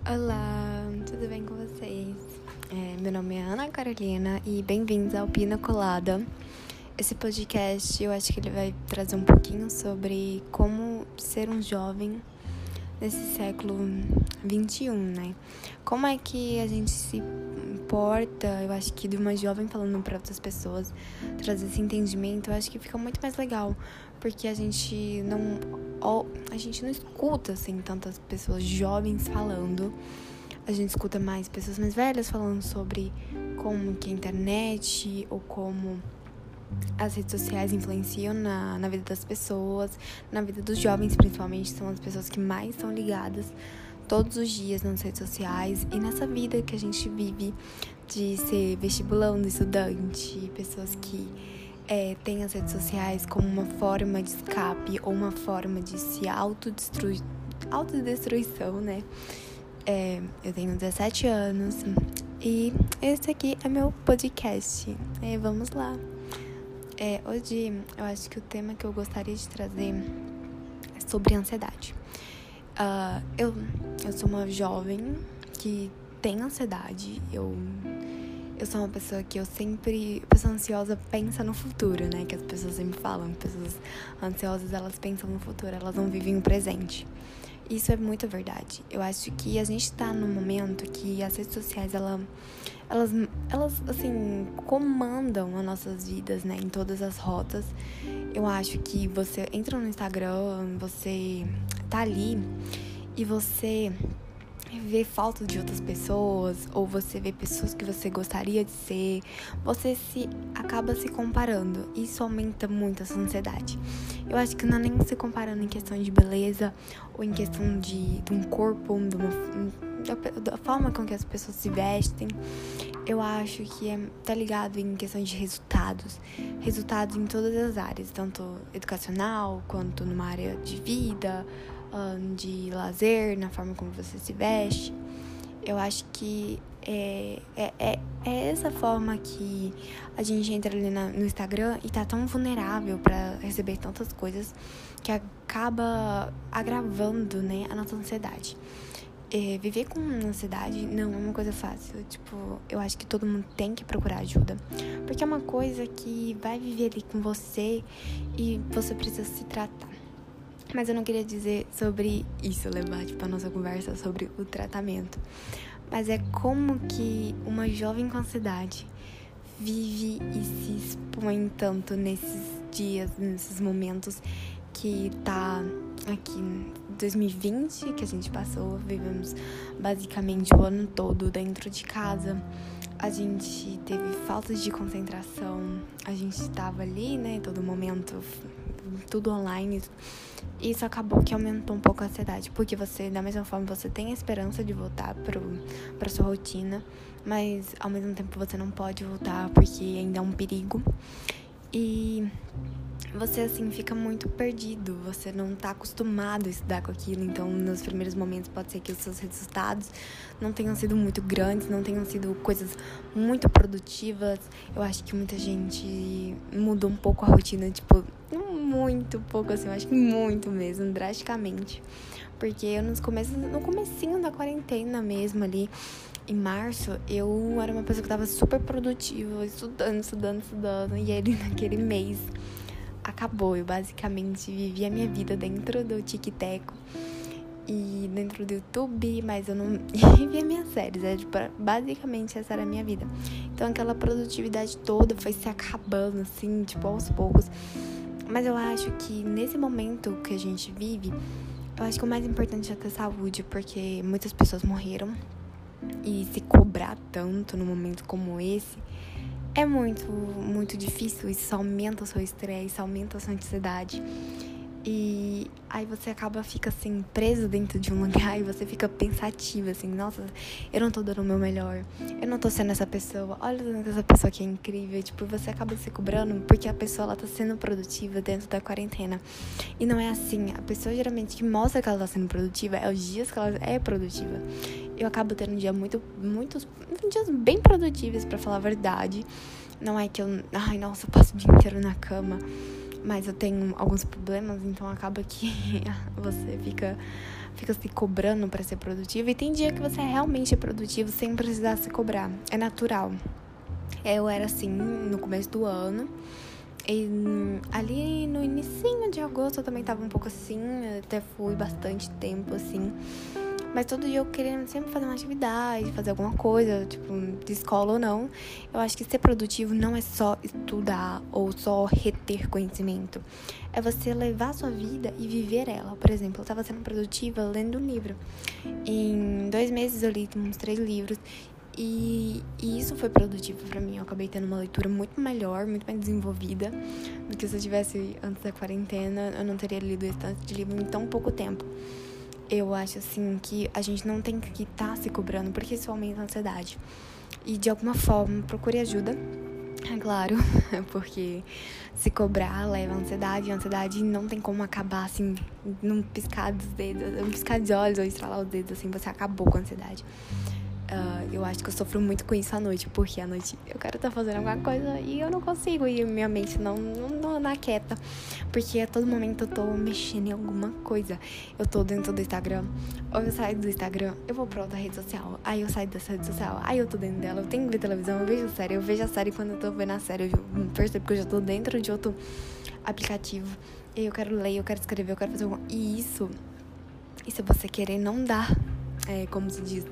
Olá, tudo bem com vocês? Meu nome é Ana Carolina e bem-vindos ao Pina Colada. Esse podcast eu acho que ele vai trazer um pouquinho sobre como ser um jovem nesse século XXI, né? Como é que a gente se importa, eu acho que de uma jovem falando para outras pessoas, trazer esse entendimento, eu acho que fica muito mais legal, porque a gente não escuta, assim, tantas pessoas jovens falando, a gente escuta mais pessoas mais velhas falando sobre como que a internet ou como as redes sociais influenciam na vida das pessoas, na vida dos jovens principalmente, são as pessoas que mais são ligadas todos os dias nas redes sociais e nessa vida que a gente vive de ser vestibulando, estudante, pessoas que têm as redes sociais como uma forma de escape ou uma forma de se autodestruição, né? Eu tenho 17 anos e esse aqui é meu podcast. Vamos lá. Hoje eu acho que o tema que eu gostaria de trazer é sobre ansiedade. Eu sou uma jovem que tem ansiedade. Eu sou uma pessoa que pessoa ansiosa pensa no futuro, né? Que as pessoas sempre falam. Pessoas ansiosas, elas pensam no futuro, elas não vivem o presente. Isso é muito verdade. Eu acho que a gente tá num momento que as redes sociais, elas assim, comandam as nossas vidas, né? Em todas as rotas. Eu acho que você entra no Instagram, você tá ali e você vê fotos de outras pessoas, ou você vê pessoas que você gostaria de ser, você acaba se comparando. Isso aumenta muito a sua ansiedade. Eu acho que não é nem se comparando em questão de beleza, ou em questão de um corpo, da forma com que as pessoas se vestem. Eu acho que tá ligado em questão de resultados em todas as áreas, tanto educacional, quanto numa área de vida, de lazer, na forma como você se veste. Eu acho que é essa forma que a gente entra ali no Instagram e tá tão vulnerável pra receber tantas coisas que acaba agravando, né, a nossa ansiedade. Viver com ansiedade não é uma coisa fácil. Eu acho que todo mundo tem que procurar ajuda, porque é uma coisa que vai viver ali com você e você precisa se tratar. Mas eu não queria dizer sobre isso, levar a nossa conversa sobre o tratamento. Mas é como que uma jovem com ansiedade vive e se expõe tanto nesses dias, nesses momentos que tá aqui em 2020, que a gente passou, vivemos basicamente o ano todo dentro de casa. A gente teve falta de concentração, a gente estava ali, né, todo momento, tudo online. Isso acabou que aumentou um pouco a ansiedade, porque você, da mesma forma, você tem a esperança de voltar pra sua rotina, mas ao mesmo tempo você não pode voltar porque ainda é um perigo. E você, assim, fica muito perdido, você não tá acostumado a estudar com aquilo, então nos primeiros momentos pode ser que os seus resultados não tenham sido muito grandes, não tenham sido coisas muito produtivas. Eu acho que muita gente mudou um pouco a rotina, muito pouco, assim, eu acho que muito mesmo, drasticamente. Porque no comecinho da quarentena mesmo ali, em março, eu era uma pessoa que tava super produtiva, estudando, e aí naquele mês acabou. Eu basicamente vivi a minha vida dentro do TikTok e dentro do YouTube, mas eu não via minhas séries. Basicamente essa era a minha vida. Então aquela produtividade toda foi se acabando, assim, aos poucos. Mas eu acho que nesse momento que a gente vive, eu acho que o mais importante é ter saúde, porque muitas pessoas morreram. E se cobrar tanto num momento como esse é muito, muito difícil. Isso aumenta o seu estresse, aumenta a sua ansiedade. E aí você fica assim, preso dentro de um lugar e você fica pensativa, assim, nossa, eu não tô dando o meu melhor, eu não tô sendo essa pessoa, olha essa pessoa que é incrível. Você acaba se cobrando porque a pessoa, ela tá sendo produtiva dentro da quarentena. E não é assim. A pessoa geralmente que mostra que ela tá sendo produtiva é os dias que ela é produtiva. Eu acabo tendo um dia muitos dias bem produtivos, pra falar a verdade. Não é que eu passo o dia inteiro na cama. mas eu tenho alguns problemas, então acaba que você fica se cobrando pra ser produtivo. E tem dia que você realmente é produtivo sem precisar se cobrar. É natural. Eu era assim no começo do ano. E ali no inicinho de agosto eu também tava um pouco assim. Até fui bastante tempo assim. Mas todo dia eu querendo sempre fazer uma atividade, fazer alguma coisa, tipo, de escola ou não. Eu acho que ser produtivo não é só estudar ou só reter conhecimento. É você levar a sua vida e viver ela. Por exemplo, eu tava sendo produtiva lendo um livro. Em 2 meses eu li uns 3 livros. E isso foi produtivo pra mim. Eu acabei tendo uma leitura muito melhor, muito mais desenvolvida do que se eu tivesse antes da quarentena. Eu não teria lido esse tanto de livro em tão pouco tempo. Eu acho, assim, que a gente não tem que estar se cobrando, porque isso aumenta a ansiedade. E, de alguma forma, procure ajuda, é claro, porque se cobrar leva a ansiedade, e a ansiedade não tem como acabar, assim, num piscar dos dedos, num piscar de olhos ou estralar os dedos, assim, você acabou com a ansiedade. Eu acho que eu sofro muito com isso à noite, porque à noite eu quero estar fazendo alguma coisa e eu não consigo, e minha mente não aquieta, porque a todo momento eu tô mexendo em alguma coisa. Eu tô dentro do Instagram, ou eu saio do Instagram, eu vou pra outra rede social, aí eu saio dessa rede social, aí eu tô dentro dela, eu tenho que ver televisão, eu vejo a série, quando eu tô vendo a série eu percebo que eu já tô dentro de outro aplicativo, e aí eu quero ler, eu quero escrever, eu quero fazer alguma... E isso, e se você querer não dá, como se diz...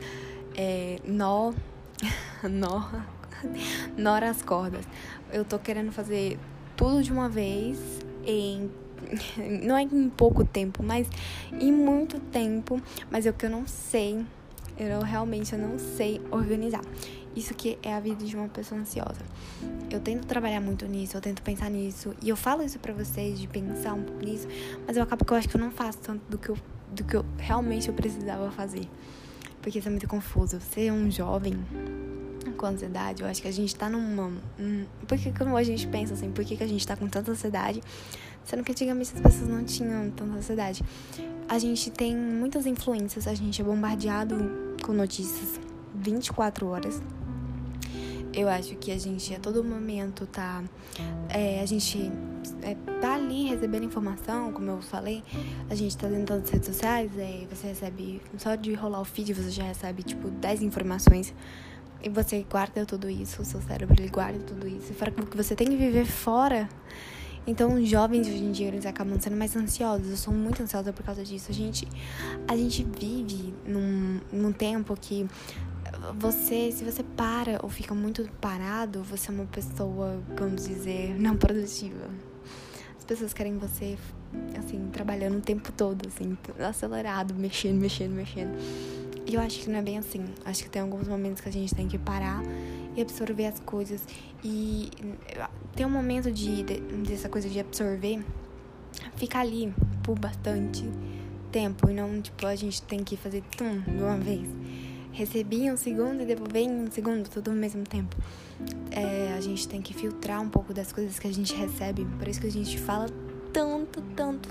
nora as cordas. Eu tô querendo fazer tudo de uma vez não é em pouco tempo, mas em muito tempo. Mas é o que eu não sei. Realmente não sei organizar. Isso que é a vida de uma pessoa ansiosa. Eu tento trabalhar muito nisso, eu tento pensar nisso. E eu falo isso pra vocês, de pensar um pouco nisso. Mas eu acabo que eu acho que eu não faço tanto do que eu realmente eu precisava fazer. Porque isso é muito confuso. Ser um jovem com ansiedade, eu acho que a gente tá numa... Por que a gente pensa assim? Por que a gente tá com tanta ansiedade? Sendo que antigamente as pessoas não tinham tanta ansiedade. A gente tem muitas influências. A gente é bombardeado com notícias 24 horas. Eu acho que a gente a todo momento tá... a gente tá ali recebendo informação, como eu falei. A gente tá dentro das redes sociais, você recebe... Só de rolar o feed você já recebe, tipo, 10 informações. E você guarda tudo isso, o seu cérebro, ele guarda tudo isso. E fora que você tem que viver fora... Então, os jovens hoje em dia, eles acabam sendo mais ansiosos. Eu sou muito ansiosa por causa disso. A gente vive num tempo que... se você para ou fica muito parado, você é uma pessoa, vamos dizer, não produtiva. As pessoas querem você, assim, trabalhando o tempo todo, assim, acelerado, mexendo. E eu acho que não é bem assim. Acho que tem alguns momentos que a gente tem que parar e absorver as coisas. E tem um momento dessa coisa de absorver, ficar ali por bastante tempo. E não, tipo, a gente tem que fazer de uma vez. Recebi um segundo e devolvi em um segundo, tudo ao mesmo tempo. A gente tem que filtrar um pouco das coisas que a gente recebe. Por isso que a gente fala tanto.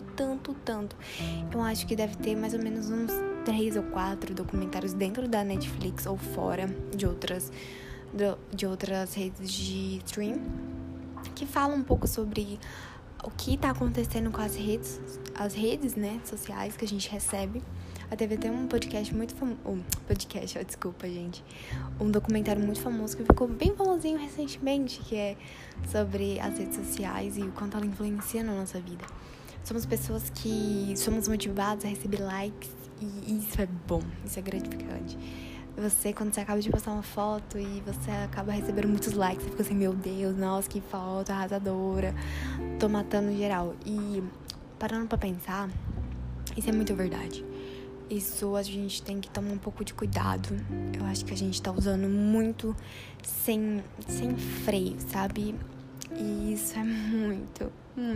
Eu acho que deve ter mais ou menos uns 3 ou 4 documentários dentro da Netflix ou fora de outras redes de stream que falam um pouco sobre o que tá acontecendo com as redes, né, sociais que a gente recebe. Teve até um podcast muito famoso... desculpa, gente. Um documentário muito famoso que ficou bem famosinho recentemente, que é sobre as redes sociais e o quanto ela influencia na nossa vida. Somos pessoas que somos motivadas a receber likes e isso é bom, isso é gratificante. Quando você acaba de postar uma foto e você acaba recebendo muitos likes, você fica assim, meu Deus, nossa, que foto arrasadora, tô matando geral. E parando pra pensar, isso é muito verdade. Isso a gente tem que tomar um pouco de cuidado. Eu acho que a gente tá usando muito sem freio, sabe? E isso é muito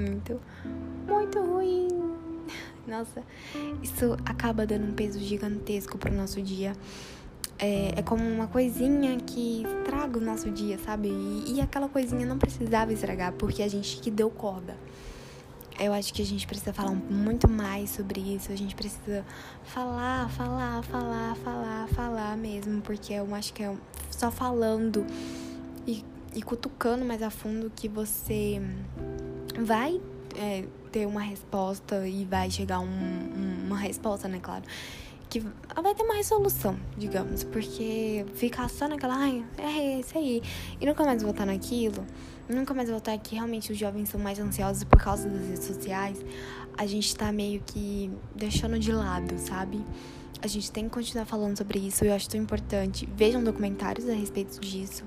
ruim. Nossa, isso acaba dando um peso gigantesco pro nosso dia. É como uma coisinha que estraga o nosso dia, sabe? E aquela coisinha não precisava estragar, porque a gente que deu corda. Eu acho que a gente precisa falar muito mais sobre isso. A gente precisa falar mesmo. Porque eu acho que é só falando e cutucando mais a fundo que você vai ter uma resposta e vai chegar uma resposta, né, claro, que vai ter uma resolução, digamos, porque ficar só naquela, é isso aí, e nunca mais voltar naquilo, nunca mais voltar que realmente os jovens são mais ansiosos por causa das redes sociais, a gente tá meio que deixando de lado, sabe? A gente tem que continuar falando sobre isso, eu acho tão importante. Vejam documentários a respeito disso,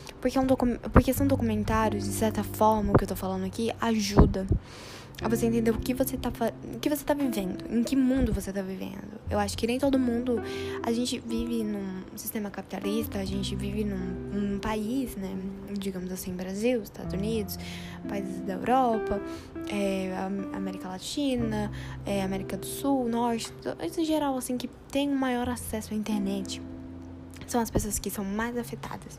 porque são documentários, de certa forma, o que eu tô falando aqui, ajuda a você entender o que você tá vivendo, em que mundo você tá vivendo. Eu acho que nem todo mundo... A gente vive num sistema capitalista, a gente vive num país, né? Digamos assim, Brasil, Estados Unidos, países da Europa, América Latina, América do Sul, Norte, em geral, assim, que tem um maior acesso à internet. São as pessoas que são mais afetadas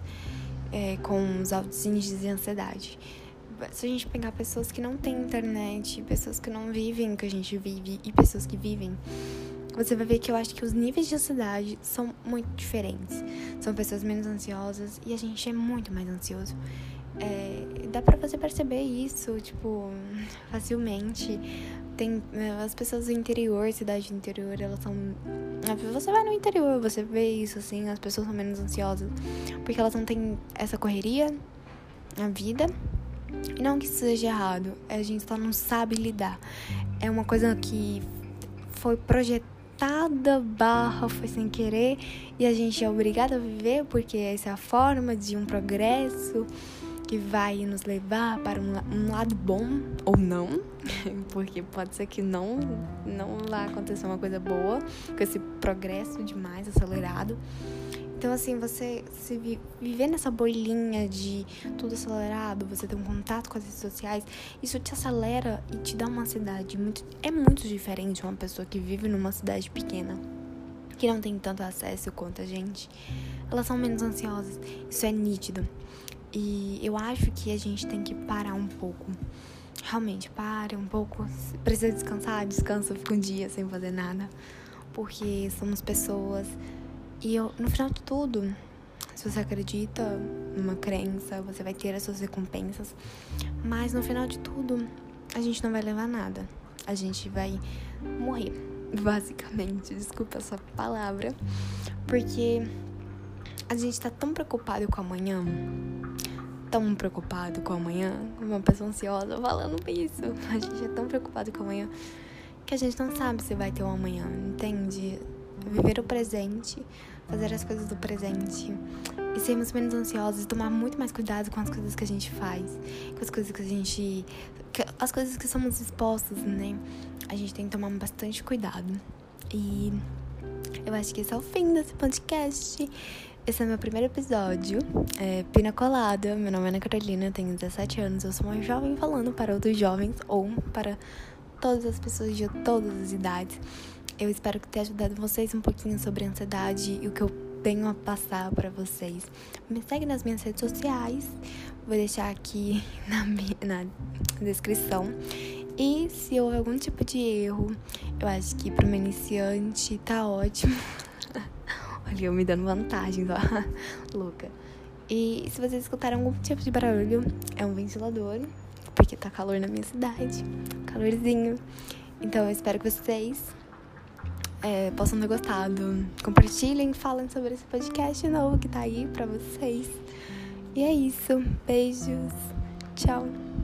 com os altos índices de ansiedade. Se a gente pegar pessoas que não têm internet, pessoas que não vivem o que a gente vive e pessoas que vivem, você vai ver que eu acho que os níveis de ansiedade são muito diferentes. São pessoas menos ansiosas e a gente é muito mais ansioso. Dá pra você perceber isso, tipo, facilmente. Tem as pessoas do interior, cidade do interior, elas são... Você vai no interior, você vê isso, assim, as pessoas são menos ansiosas. Porque elas não têm essa correria na vida. E não que isso seja errado, a gente só não sabe lidar. É uma coisa que foi projetada, foi sem querer, e a gente é obrigado a viver porque essa é a forma de um progresso que vai nos levar para um lado bom, ou não, porque pode ser que não vai acontecer uma coisa boa com esse progresso demais acelerado. Então, assim, você se viver nessa bolinha de tudo acelerado, você ter um contato com as redes sociais, isso te acelera e te dá uma ansiedade. É muito diferente de uma pessoa que vive numa cidade pequena, que não tem tanto acesso quanto a gente. Elas são menos ansiosas, isso é nítido. E eu acho que a gente tem que parar um pouco. Realmente, pare um pouco. Se precisa descansar, descansa, fica um dia sem fazer nada. Porque somos pessoas... E no final de tudo, se você acredita numa crença, você vai ter as suas recompensas. Mas no final de tudo, a gente não vai levar nada. A gente vai morrer, basicamente. Desculpa essa palavra. Porque a gente tá tão preocupado com amanhã. Tão preocupado com amanhã. Uma pessoa ansiosa falando isso. A gente é tão preocupado com amanhã que a gente não sabe se vai ter um amanhã, entende? Viver o presente, fazer as coisas do presente e sermos menos ansiosos e tomar muito mais cuidado com as coisas que a gente faz, com as coisas as coisas que somos expostos, né? A gente tem que tomar bastante cuidado. E eu acho que esse é o fim desse podcast. Esse é meu primeiro episódio, Pina Colada. Meu nome é Ana Carolina, eu tenho 17 anos, eu sou uma jovem falando para outros jovens ou para todas as pessoas de todas as idades. Eu espero que tenha ajudado vocês um pouquinho sobre a ansiedade e o que eu tenho a passar pra vocês. Me segue nas minhas redes sociais, vou deixar aqui na descrição. E se houver algum tipo de erro, eu acho que para uma iniciante tá ótimo. Olha, eu me dando vantagem, ó. Louca. E se vocês escutarem algum tipo de barulho, é um ventilador, porque tá calor na minha cidade. Calorzinho. Então eu espero que vocês possam ter gostado. Compartilhem, falem sobre esse podcast novo que tá aí pra vocês. E é isso. Beijos. Tchau.